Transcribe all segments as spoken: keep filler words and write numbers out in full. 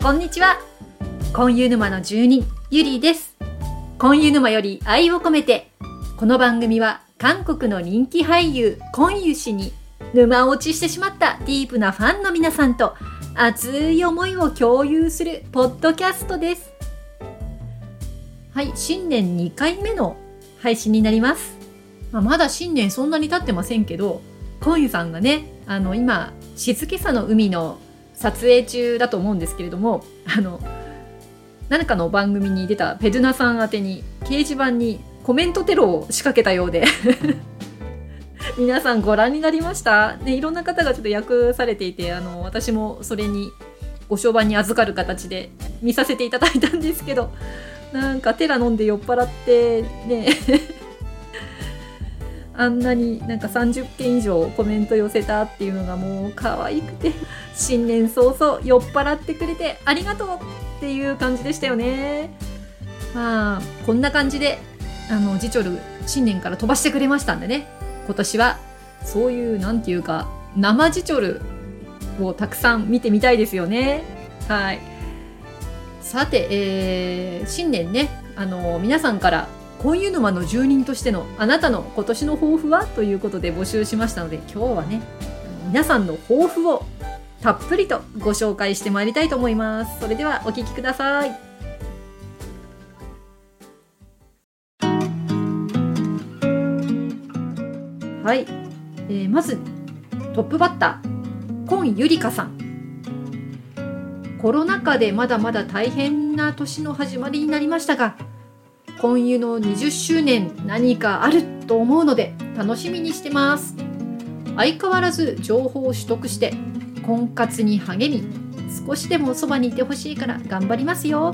こんにちは。婚湯沼の住人ゆりです。婚湯沼より愛を込めて、この番組は韓国の人気俳優コンユ氏に沼落ちしてしまったディープなファンの皆さんと熱い思いを共有するポッドキャストです。はい、新年にかいめの配信になります。まあ、まだ新年そんなに経ってませんけど、コンユさんがね、あの今静けさの海の撮影中だと思うんですけれども、あの何かの番組に出たペドゥナさん宛てに掲示板にコメントテロを仕掛けたようで皆さんご覧になりました？で、いろんな方がちょっと訳されていて、あの私もそれにご商売に預かる形で見させていただいたんですけど、なんかテラ飲んで酔っ払ってねあんなになんかさんじゅっけん以上コメント寄せたっていうのがもう可愛くて、新年早々酔っ払ってくれてありがとうっていう感じでしたよね。まあこんな感じであのジチョル新年から飛ばしてくれましたんでね、今年はそういうなんていうか生ジチョルをたくさん見てみたいですよね。はい。さて、えー、新年ね、あの皆さんから婚湯沼の住人としてのあなたの今年の抱負はということで募集しましたので、今日はね皆さんの抱負をたっぷりとご紹介してまいりたいと思います。それではお聞きください。はい、えー、まずトップバッターコンユリカさん。コロナ禍でまだまだ大変な年の始まりになりましたが、婚湯のにじゅっしゅうねん何かあると思うので楽しみにしてます。相変わらず情報を取得して婚活に励み、少しでもそばにいてほしいから頑張りますよ。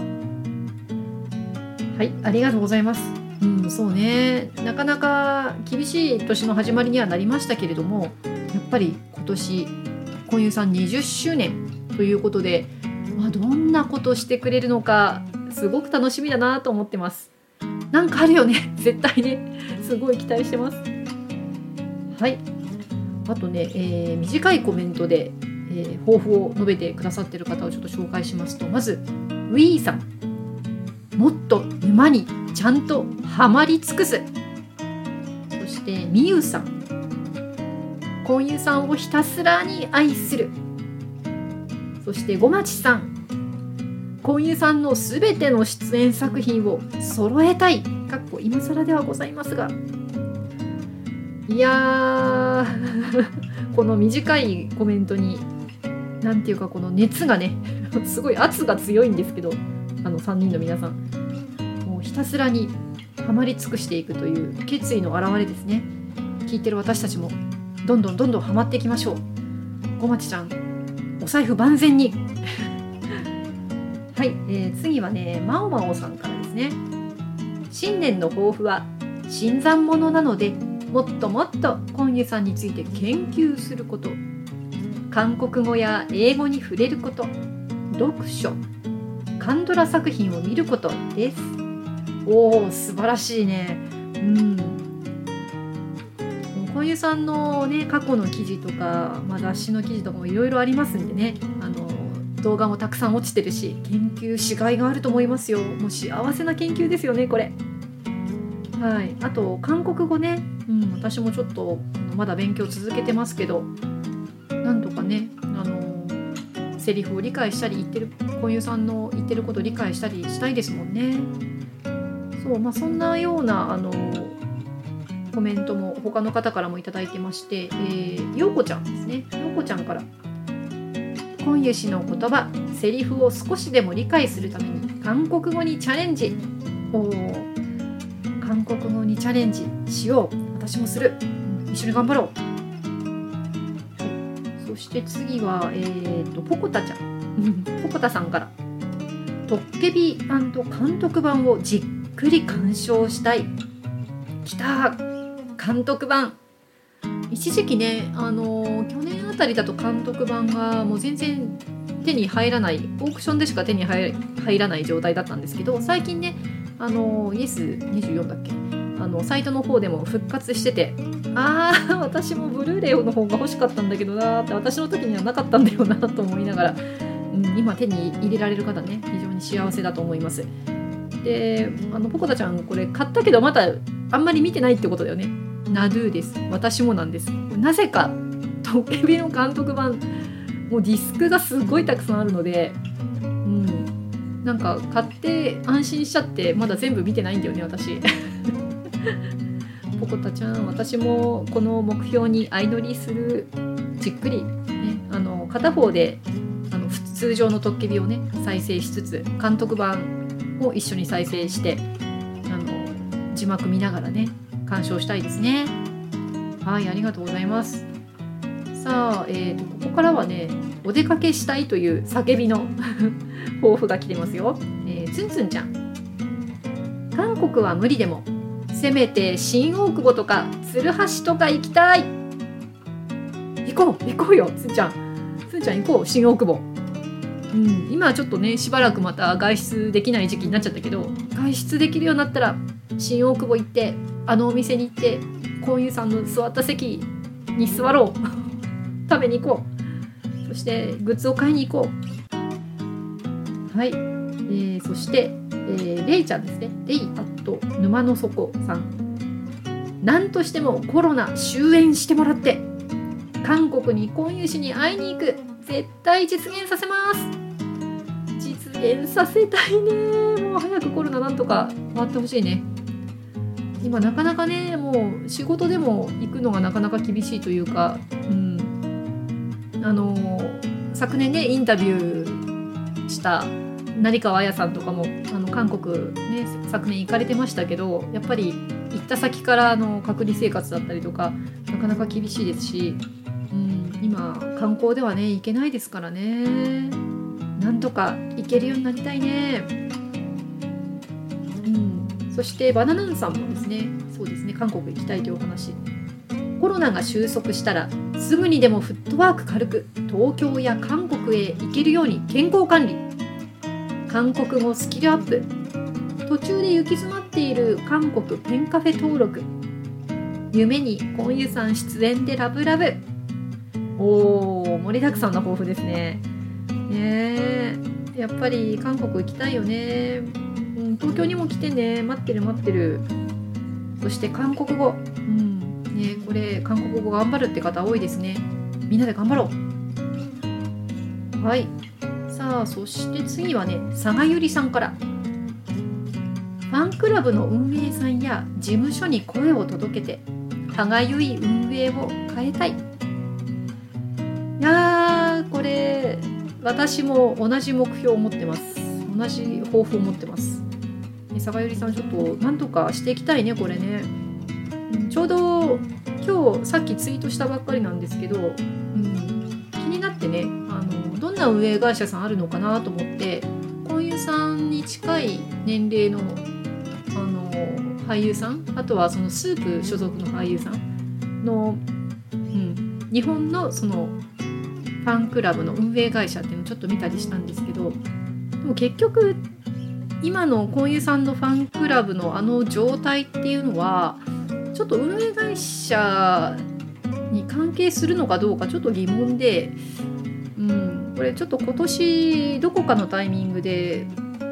はい、ありがとうございます。うん、そうね、なかなか厳しい年の始まりにはなりましたけれども、やっぱり今年婚湯さんにじゅっしゅうねんということで、まあ、どんなことしてくれるのかすごく楽しみだなと思ってます。なんかあるよね絶対ね、すごい期待してます。はい、あとね、えー、短いコメントで、えー、抱負を述べてくださっている方をちょっと紹介しますと、まずウィーさん、もっと沼にちゃんとハマり尽くす。そしてみゆさん、婚湯さんをひたすらに愛する。そしてごまちさん、婚湯さんのすべての出演作品を揃えたい、かっこ今更ではございますが、いやーこの短いコメントになんていうか、この熱がねすごい圧が強いんですけど、あのさんにんの皆さんもうひたすらにハマり尽くしていくという決意の表れですね。聞いてる私たちもどんどんどんどんハマっていきましょう。ごまちちゃん、お財布万全にはい、えー、次はね、まおまおさんからですね。新年の抱負は新参者なので、もっともっと婚湯さんについて研究すること、韓国語や英語に触れること、読書、カンドラ作品を見ることです。おー、素晴らしいね。うん。婚湯さんのね、過去の記事とか、まあ、雑誌の記事とかもいろいろありますんでね、あの動画もたくさん落ちてるし、研究しがいがあると思いますよ。もう幸せな研究ですよね、これ。はい。あと韓国語ね、うん、私もちょっとまだ勉強続けてますけど、なんとかね、あのセリフを理解したり、言ってる婚湯さんの言ってることを理解したりしたいですもんね。そう、まあそんなようなあのコメントも他の方からもいただいてまして、えー、ようこちゃんですね。ようこちゃんから。婚湯氏の言葉、セリフを少しでも理解するために韓国語にチャレンジ。おー、韓国語にチャレンジしよう。私もする。一緒に頑張ろう。はい、そして次は、えーと、ポコタちゃん。ポコタさんから。トッケビ&監督版をじっくり鑑賞したい。きた、監督版。一時期ね、あの去年あたりだと監督版がもう全然手に入らない、オークションでしか手に入らない状態だったんですけど、最近ね、あのイエスにじゅうよんだっけ、あのサイトの方でも復活してて、あー私もブルーレイの方が欲しかったんだけどなーって、私の時にはなかったんだよなと思いながらうん、今手に入れられる方ね、非常に幸せだと思います。で、あのポコタちゃんこれ買ったけどまだあんまり見てないってことだよね。ナドゥです。私もなんです。なぜかトッケビの監督版、もうディスクがすごいたくさんあるので、うん、なんか買って安心しちゃってまだ全部見てないんだよね私。ポコタちゃん、私もこの目標に相乗りする。じっくり、ね、あの片方であの通常のトッケビをね再生しつつ、監督版を一緒に再生してあの字幕見ながらね鑑賞したいですね。はい、ありがとうございます。さあ、えーと、ここからはね、お出かけしたいという叫びの抱負が来てますよ。えー、つんつんちゃん、韓国は無理でもせめて新大久保とか鶴橋とか行きたい。行こう行こうよ、つんちゃんつんちゃん行こう、新大久保。うん、今はちょっとねしばらくまた外出できない時期になっちゃったけど、外出できるようになったら新大久保行って、あのお店に行ってコンユさんの座った席に座ろう。食べに行こう。そしてグッズを買いに行こう。はい、えー、そして、えー、レイちゃんですね。レイアット沼の底さん、なんとしてもコロナ終焉してもらって韓国にコンユ氏に会いに行く。絶対実現させます。実現させたいね。もう早くコロナなんとか終わってほしいね。今なかなかね、もう仕事でも行くのがなかなか厳しいというか、うん、あの昨年ねインタビューした成川彩さんとかもあの韓国ね昨年行かれてましたけど、やっぱり行った先からの隔離生活だったりとかなかなか厳しいですし、うん、今観光ではね行けないですからね。なんとか行けるようになりたいね。うん、そしてバナナンさんもですね、そうですね、韓国行きたいというお話。コロナが収束したらすぐにでもフットワーク軽く東京や韓国へ行けるように健康管理、韓国語スキルアップ、途中で行き詰まっている韓国ペンカフェ登録、夢にコンユさん出演でラブラブ。おー、盛りだくさんな抱負ですね。ねえ、やっぱり韓国行きたいよね。うん、東京にも来てね、待ってる待ってる。そして韓国語、うんね、これ韓国語頑張るって方多いですね。みんなで頑張ろう。はい、さあそして次はね、佐賀ゆりさんから、ファンクラブの運営さんや事務所に声を届けて歯がゆい運営を変えたい。いやー、これ私も同じ目標を持ってます。同じ抱負を持ってます。佐賀ゆりさん、ちょっとなんとかしていきたいね、これね。ちょうど今日さっきツイートしたばっかりなんですけど、うん、気になってね、あのどんな運営会社さんあるのかなと思って、コンユさんに近い年齢の、あの俳優さん、あとはそのスープ所属の俳優さんの、うん、日本のそのファンクラブの運営会社っていうのをちょっと見たりしたんですけど、でも結局今のコンユさんのファンクラブのあの状態っていうのはちょっと運営会社に関係するのかどうかちょっと疑問で、うん、これちょっと今年どこかのタイミングで、うん、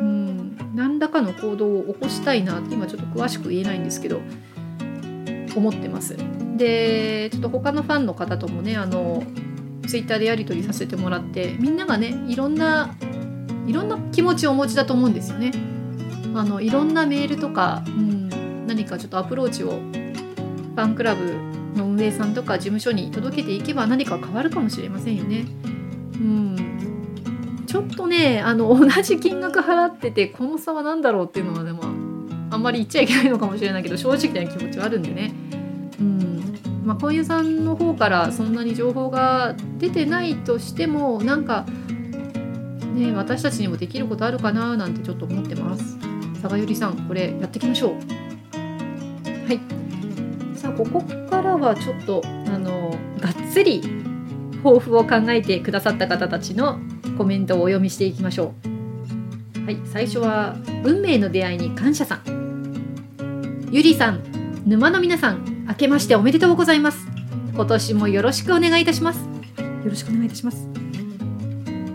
何らかの行動を起こしたいなって今ちょっと詳しく言えないんですけど思ってます。でちょっと他のファンの方ともね、あのツイッターでやり取りさせてもらって、みんながねいろんないろんな気持ちをお持ちだと思うんですよね。あのいろんなメールとか、うん、何かちょっとアプローチをファンクラブの運営さんとか事務所に届けていけば何か変わるかもしれませんよね。うん、ちょっとね、あの同じ金額払っててこの差は何だろうっていうのはでもあんまり言っちゃいけないのかもしれないけど、正直な気持ちはあるんでね。うん、まあコンユさんの方からそんなに情報が出てないとしても、なんかね、私たちにもできることあるかななんてちょっと思ってます。佐賀ゆりさん、これやっていきましょう。はい、さあここからはちょっとあのがっつり抱負を考えてくださった方たちのコメントをお読みしていきましょう。はい、最初は運命の出会いに感謝さん。ゆりさん、沼の皆さん、明けましておめでとうございます。今年もよろしくお願いいたします。よろしくお願いいたします。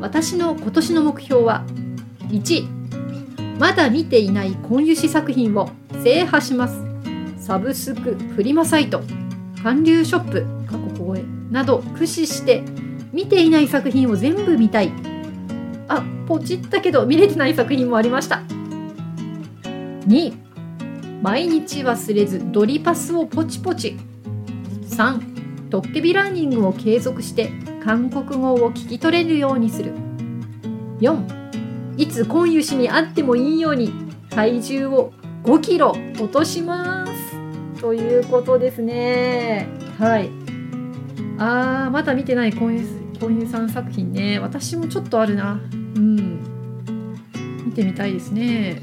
私の今年の目標はいち、まだ見ていない今油史作品を制覇します。サブスク、フリマサイト、韓流ショップ、過去公演など駆使して見ていない作品を全部見たい。あ、ポチったけど見れてない作品もありました。に、毎日忘れずドリパスをポチポチ。さん、トッケビラーニングを継続して韓国語を聞き取れるようにする。よん、いつ今油氏に会ってもいいように体重をごキロ落としますということですね。はい。あー、まだ見てない今油、今油さん作品ね。私もちょっとあるな。うん。見てみたいですね。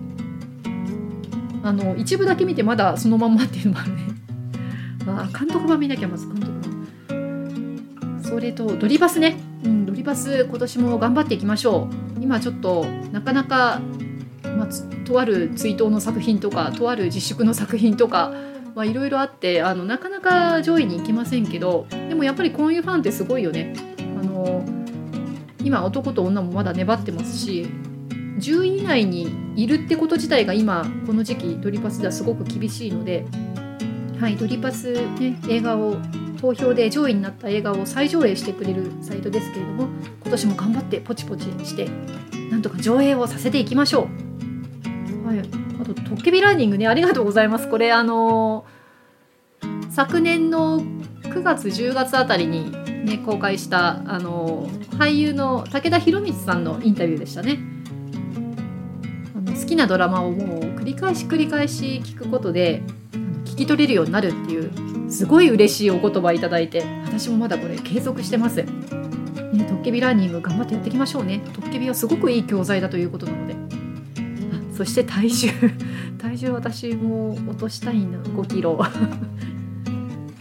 あの一部だけ見てまだそのまんまっていうのもあるね。あ、監督版見なきゃ。まず監督版、それとドリバスね、うん、ドリバス今年も頑張っていきましょう。今ちょっとなかなか、まあ、とある追悼の作品とかとある自粛の作品とかいろいろあってあのなかなか上位に行けませんけど、でもやっぱりこういうファンってすごいよね。あの今男と女もまだ粘ってますし、じゅうい以内にいるってこと自体が今この時期ドリパスではすごく厳しいので、はい、ドリパス、ね、映画を投票で上位になった映画を再上映してくれるサイトですけれども、今年も頑張ってポチポチしてなんとか上映をさせていきましょう。はい、あとトッケビラーニングね、ありがとうございます。これあのー、昨年のくがつじゅうがつあたりに、ね、公開したあのー、俳優の武田博光さんのインタビューでしたね。好きなドラマをもう繰り返し繰り返し聞くことで聞き取れるようになるっていうすごい嬉しいお言葉いただいて、私もまだこれ継続してます、ね、トッケビラーニング頑張ってやっていきましょうね。トッケビはすごくいい教材だということなので。あ、そして体重体重私も落としたいな、ごキロはい、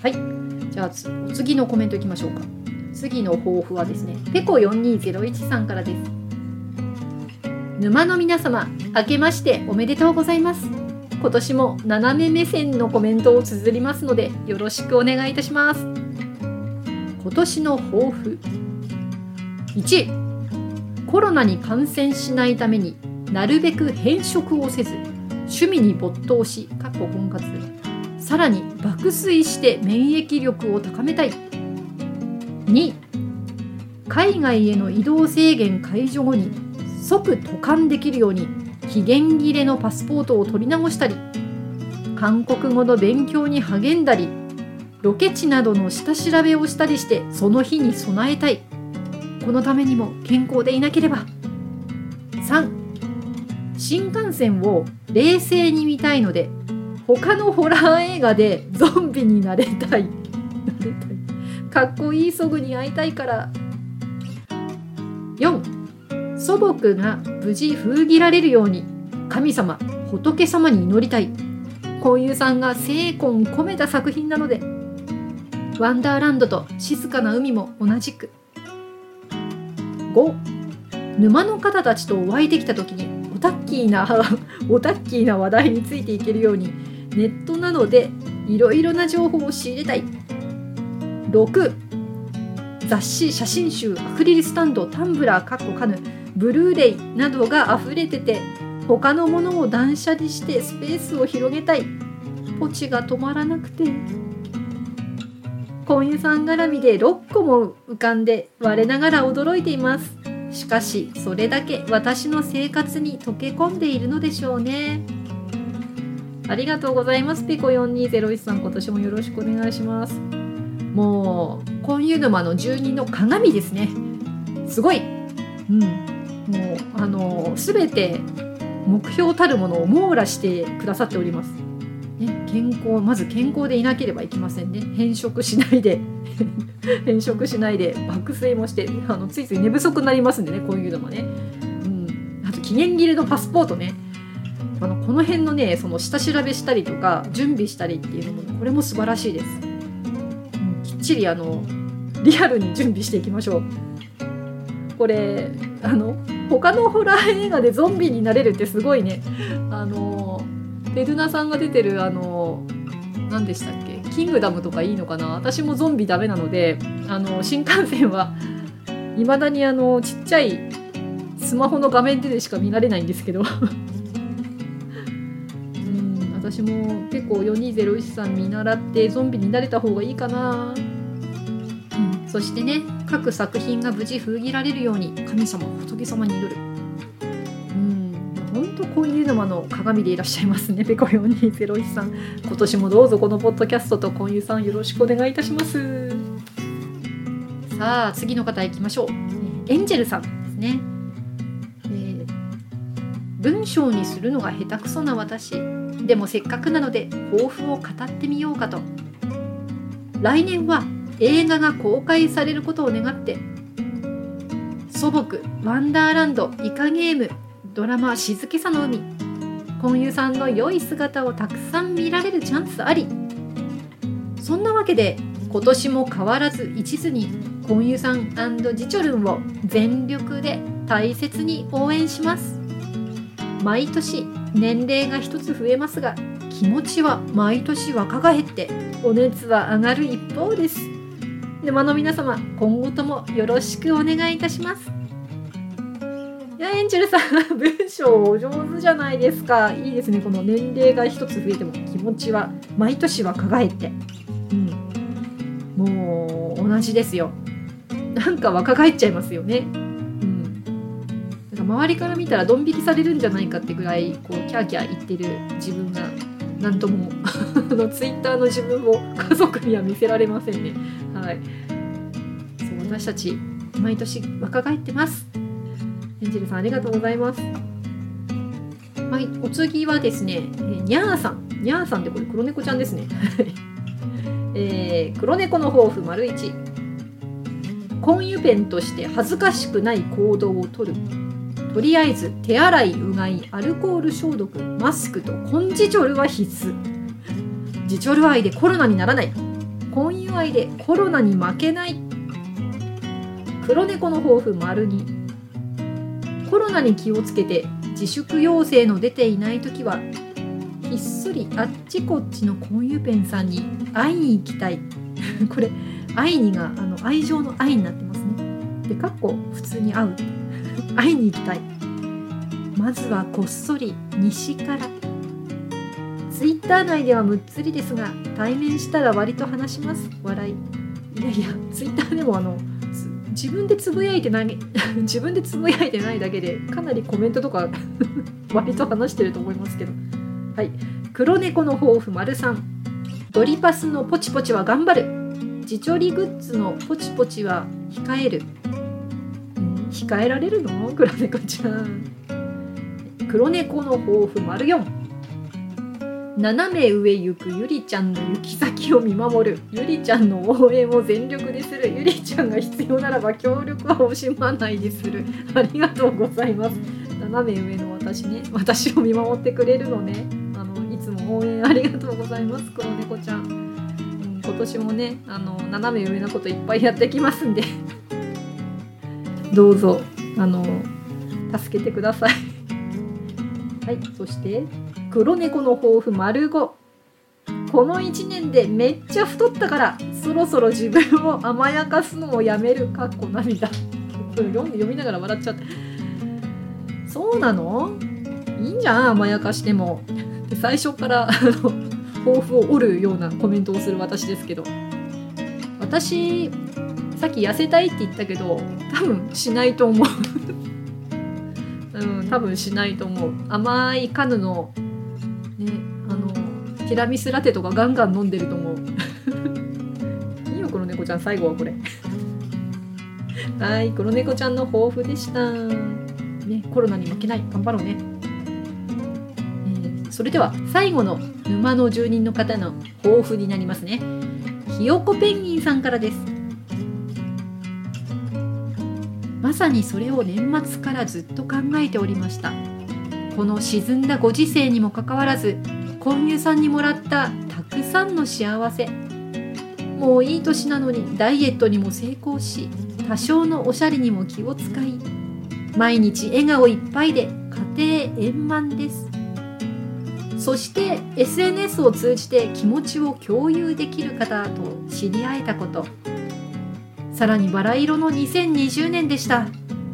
じゃあ次のコメントいきましょうか。次の抱負はですね、ペコよんにーぜろいちさんからです。沼の皆様、明けましておめでとうございます。今年も斜め目線のコメントを綴りますのでよろしくお願いいたします。今年の抱負いち、コロナに感染しないためになるべく偏食をせず趣味に没頭しかっこ婚活、さらに爆睡して免疫力を高めたい。に、海外への移動制限解除後に即渡韓できるように期限切れのパスポートを取り直したり、韓国語の勉強に励んだり、ロケ地などの下調べをしたりしてその日に備えたい。このためにも健康でいなければ。さん、新幹線を冷静に見たいので他のホラー映画でゾンビになれたい。なれたい。かっこいいソグに会いたいから。よん、祖母が無事封切られるように神様仏様に祈りたい。こういうさんが精魂込めた作品なので。ワンダーランドと静かな海も同じく。ご、沼の方たちとお会いできた時にオタッキーなオタッキーな話題についていけるようにネットなどでいろいろな情報を仕入れたい。ろく、雑誌、写真集、アクリルスタンド、タンブラー、カッコカヌ、ブルーレイなどが溢れてて他のものを断捨離してスペースを広げたい。ポチが止まらなくて。コンユさん絡みでろっこも浮かんで我ながら驚いています。しかしそれだけ私の生活に溶け込んでいるのでしょうね。ありがとうございます。ペコよんにーぜろいちさん、今年もよろしくお願いします。もうコンユ沼の住人の鏡ですね。すごい、うん、もうあの全て目標たるものを網羅してくださっております、ね、健康、まず健康でいなければいけませんね。変色しないで変色しないで爆睡もしてあのついつい寝不足になりますんでね、こういうのもね、うん、あと期限切れのパスポートね、あのこの辺のねその下調べしたりとか準備したりっていうのも、ね、これも素晴らしいです、うん、きっちりあのリアルに準備していきましょう。これあの他のホラー映画でゾンビになれるってすごいね。あのペルナさんが出てるあの何でしたっけ、キングダムとかいいのかな。私もゾンビダメなので、あの新幹線はいまだにあのちっちゃいスマホの画面でしか見られないんですけどうん私も結構よんにーぜろいちさん見習ってゾンビになれた方がいいかな、うん、そしてね各作品が無事封切られるように神様仏様に祈る。本当こういうのの鏡でいらっしゃいますね。ペコよんにーぜろいちさん、今年もどうぞこのポッドキャストとコンユさんよろしくお願いいたします。さあ次の方行きましょう。エンジェルさんですね、えー、文章にするのが下手くそな私でもせっかくなので抱負を語ってみようかと。来年は映画が公開されることを願って祖母ワンダーランドイカゲームドラマ静けさの海コンユさんの良い姿をたくさん見られるチャンスあり。そんなわけで今年も変わらず一途にコンユさん&ジチョルンを全力で大切に応援します。毎年年齢が一つ増えますが気持ちは毎年若返ってお熱は上がる一方です。沼の皆様今後ともよろしくお願いいたします。いやエンジェルさん文章お上手じゃないですか。いいですね。この年齢が一つ増えても気持ちは毎年若返って、うん、もう同じですよ。なんか若返っちゃいますよね、うん、なんか周りから見たらドン引きされるんじゃないかってぐらいこうキャーキャー言ってる自分がなんとものツイッターの自分を家族には見せられませんね。はい、そう私たち毎年若返ってます。エンジェルさんありがとうございます。はい、お次はですね、えー、にゃーさん。にゃーさんってこれ黒猫ちゃんですね。えー、黒猫の抱負丸いち。コンユペンとして恥ずかしくない行動をとる。とりあえず手洗い、うがい、アルコール消毒、マスクとコンジチョルは必須。ジチョル愛でコロナにならない。コンユ愛でコロナに負けない。黒猫の抱負丸に。コロナに気をつけて自粛要請の出ていないときはひっそりあっちこっちのコンユペンさんに会いに行きたいこれ愛にがあの愛情の愛になってますね。でかっこ普通に会う会いに行きたい。まずはこっそり西から。ツイッター内ではむっつりですが対面したら割と話します。笑い。いやいやツイッターでもあの自分でつぶやいてない自分でつぶやいてないだけでかなりコメントとか割と話してると思いますけど。はい、黒猫の抱負丸さん。ドリパスのポチポチは頑張る。自調理グッズのポチポチは控える。ん控えられるの黒猫ちゃん。黒猫の抱負丸よん。斜め上行くゆりちゃんの行き先を見守る。ゆりちゃんの応援を全力でする。ゆりちゃんが必要ならば協力は惜しまないでする。ありがとうございます。斜め上の私ね、私を見守ってくれるのね。あのいつも応援ありがとうございます。黒猫ちゃん、うん、今年もねあの斜め上なこといっぱいやってきますんでどうぞあの助けてください。はい、そして黒猫の抱負丸ご。このいちねんでめっちゃ太ったからそろそろ自分を甘やかすのをやめる。かっこ涙。読んで読みながら笑っちゃった。そうなの？いいんじゃん甘やかしても。で最初から抱負を折るようなコメントをする私ですけど、私さっき痩せたいって言ったけど多分しないと思ううん、多分しないと思う。甘いカヌのね、あのティラミスラテとかガンガン飲んでると思ういいよ黒猫ちゃん、最後はこれはい黒猫ちゃんの抱負でした、ね、コロナに負けない頑張ろうね、えー、それでは最後の沼の住人の方の抱負になりますね。ひよこペンギンさんからです。まさにそれを年末からずっと考えておりました。この沈んだご時世にもかかわらずコンユさんにもらったたくさんの幸せ。もういい年なのにダイエットにも成功し多少のおしゃれにも気を使い毎日笑顔いっぱいで家庭円満です。そして エスエヌエス を通じて気持ちを共有できる方と知り合えたこと、 さらにバラ色のにせんにじゅうねんでした。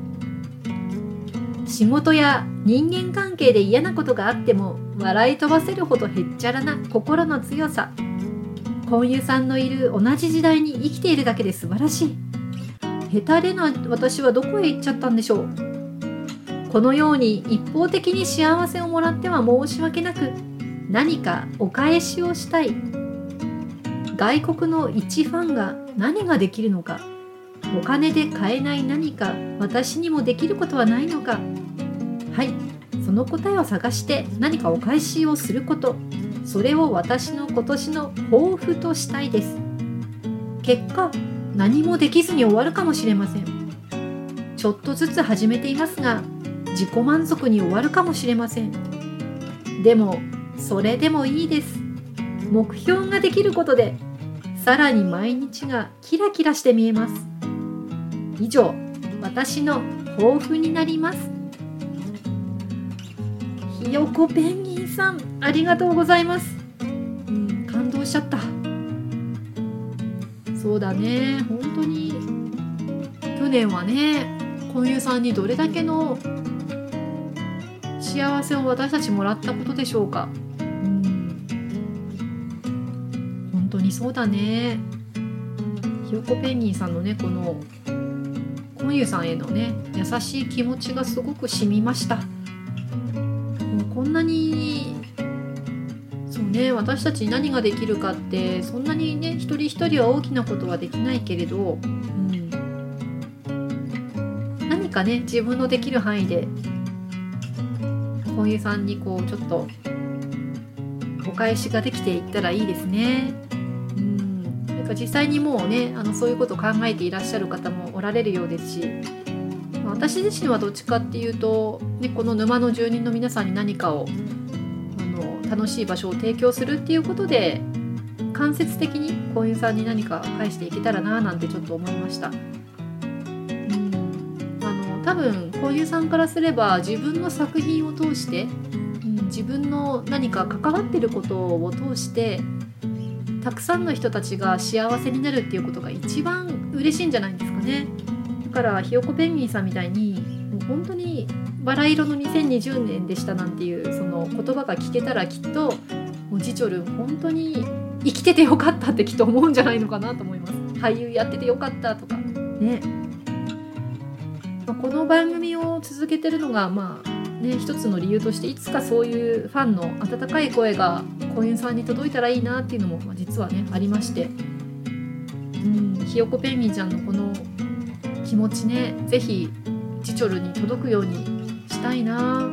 仕事や人間関係で嫌なことがあっても笑い飛ばせるほどへっちゃらな心の強さ。婚友さんのいる同じ時代に生きているだけで素晴らしい。下手れな私はどこへ行っちゃったんでしょう。このように一方的に幸せをもらっては申し訳なく、何かお返しをしたい。外国の一ファンが何ができるのか、お金で買えない何か私にもできることはないのか。はい、その答えを探して何かお返しをすること、それを私の今年の抱負としたいです。結果、何もできずに終わるかもしれません。ちょっとずつ始めていますが、自己満足に終わるかもしれません。でも、それでもいいです。目標ができることで、さらに毎日がキラキラして見えます。以上、私の抱負になります。ひよこペンギンさん、ありがとうございます。うん、感動しちゃった。そうだね、本当に去年はね、婚友さんにどれだけの幸せを私たちもらったことでしょうか。うん、本当にそうだね。ひよこペンギンさんのね、この婚友さんへのね、優しい気持ちがすごく染みました。もうこんなにそうね、私たちに何ができるかって、そんなにね、一人一人は大きなことはできないけれど、うん、何かね、自分のできる範囲で婚友さんにこうちょっとお返しができていったらいいですね。うん、なんか実際にもうね、あのそういうことを考えていらっしゃる方もおられるようですし、私自身はどっちかっていうと、ね、この沼の住人の皆さんに何かをあの楽しい場所を提供するっていうことで、間接的に婚友さんに何か返していけたらななんてちょっと思いました。うん、あの多分婚友さんからすれば、自分の作品を通して、うん、自分の何か関わってることを通してたくさんの人たちが幸せになるっていうことが一番嬉しいんじゃないですかね。だからひよこペンギンさんみたいに、もう本当にバラ色のにせんにじゅうねんでしたなんていうその言葉が聞けたら、きっともうジチョル本当に生きててよかったってきっと思うんじゃないのかなと思います。俳優やっててよかったとかね。まあ、この番組を続けてるのが、まあね、一つの理由として、いつかそういうファンの温かい声が婚友さんに届いたらいいなっていうのも、まあ、実はねありまして、うん、ひよこペンギンちゃんのこの気持ちね、ぜひジチョルに届くようにしたいな。うん、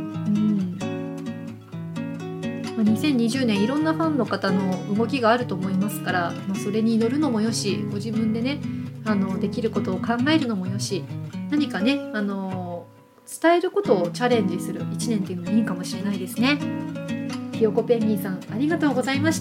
まあ、にせんにじゅうねんいろんなファンの方の動きがあると思いますから、まあ、それに乗るのもよし、ご自分でね、あのできることを考えるのもよし、何かね、あの伝えることをチャレンジするいちねんっていうのもいいかもしれないですね。ひよこペンギンさん、ありがとうございました。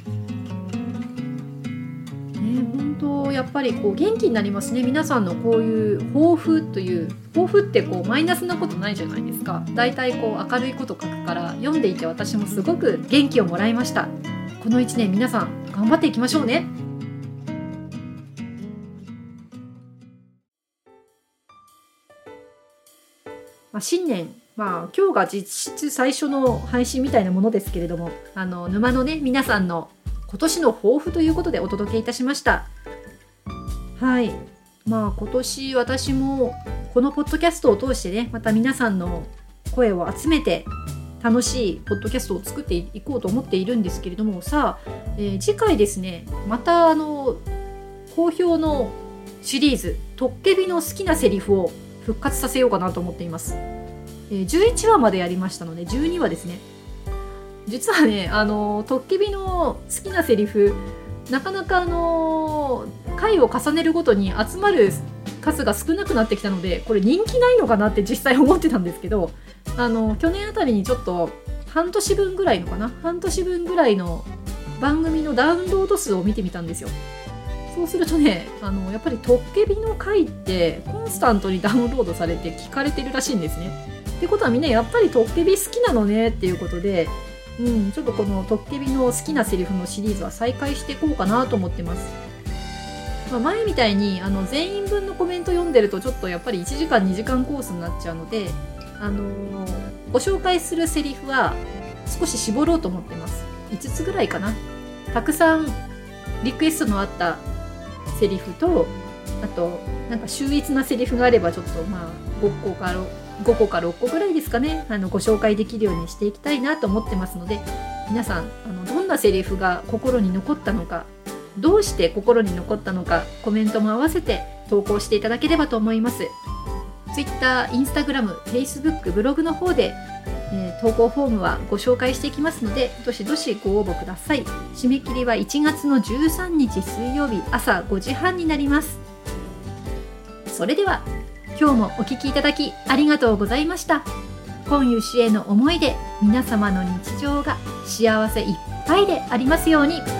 本当やっぱりこう元気になりますね。皆さんのこういう抱負という、抱負ってこうマイナスなことないじゃないですか。だいたいこう明るいこと書くから、読んでいて私もすごく元気をもらいました。このいちねん皆さん頑張っていきましょうね。まあ、新年、まあ、今日が実質最初の配信みたいなものですけれども、あの沼のね皆さんの今年の抱負ということでお届けいたしました。はい、まあ今年私もこのポッドキャストを通してね、また皆さんの声を集めて楽しいポッドキャストを作っていこうと思っているんですけれども、さあ、えー、次回ですね、またあの好評のシリーズトッケビの好きなセリフを復活させようかなと思っています。えー、じゅういちわまでやりましたので、じゅうにわですね。実はね、あのトッケビの好きなセリフ、なかなかあの回を重ねるごとに集まる数が少なくなってきたので、これ人気ないのかなって実際思ってたんですけど、あの去年あたりにちょっと半年分ぐらいのかな半年分ぐらいの番組のダウンロード数を見てみたんですよ。そうするとね、あのやっぱりトッケビの回ってコンスタントにダウンロードされて聞かれてるらしいんですね。ってことはみんなやっぱりトッケビ好きなのねっていうことで、うん、ちょっとこのトッケビの好きなセリフのシリーズは再開していこうかなと思ってます。 まあ、前みたいにあの全員分のコメント読んでるとちょっとやっぱりいちじかんにじかんコースになっちゃうので、あのーご紹介するセリフは少し絞ろうと思ってます。いつつぐらいかな。たくさんリクエストのあったセリフと、あとなんか秀逸なセリフがあればちょっとまあごこかごこかろっこぐらいですかね、あのご紹介できるようにしていきたいなと思ってますので、皆さんあのどんなセリフが心に残ったのか、どうして心に残ったのか、コメントも合わせて投稿していただければと思います。Twitter、Instagram、Facebook、ブログの方で、えー、投稿フォームはご紹介していきますので、どしどしご応募ください。締め切りはいちがつのじゅうさんにち水曜日朝ごじはんになります。それでは今日もお聞きいただきありがとうございました。今湯氏への思いで皆様の日常が幸せいっぱいでありますように。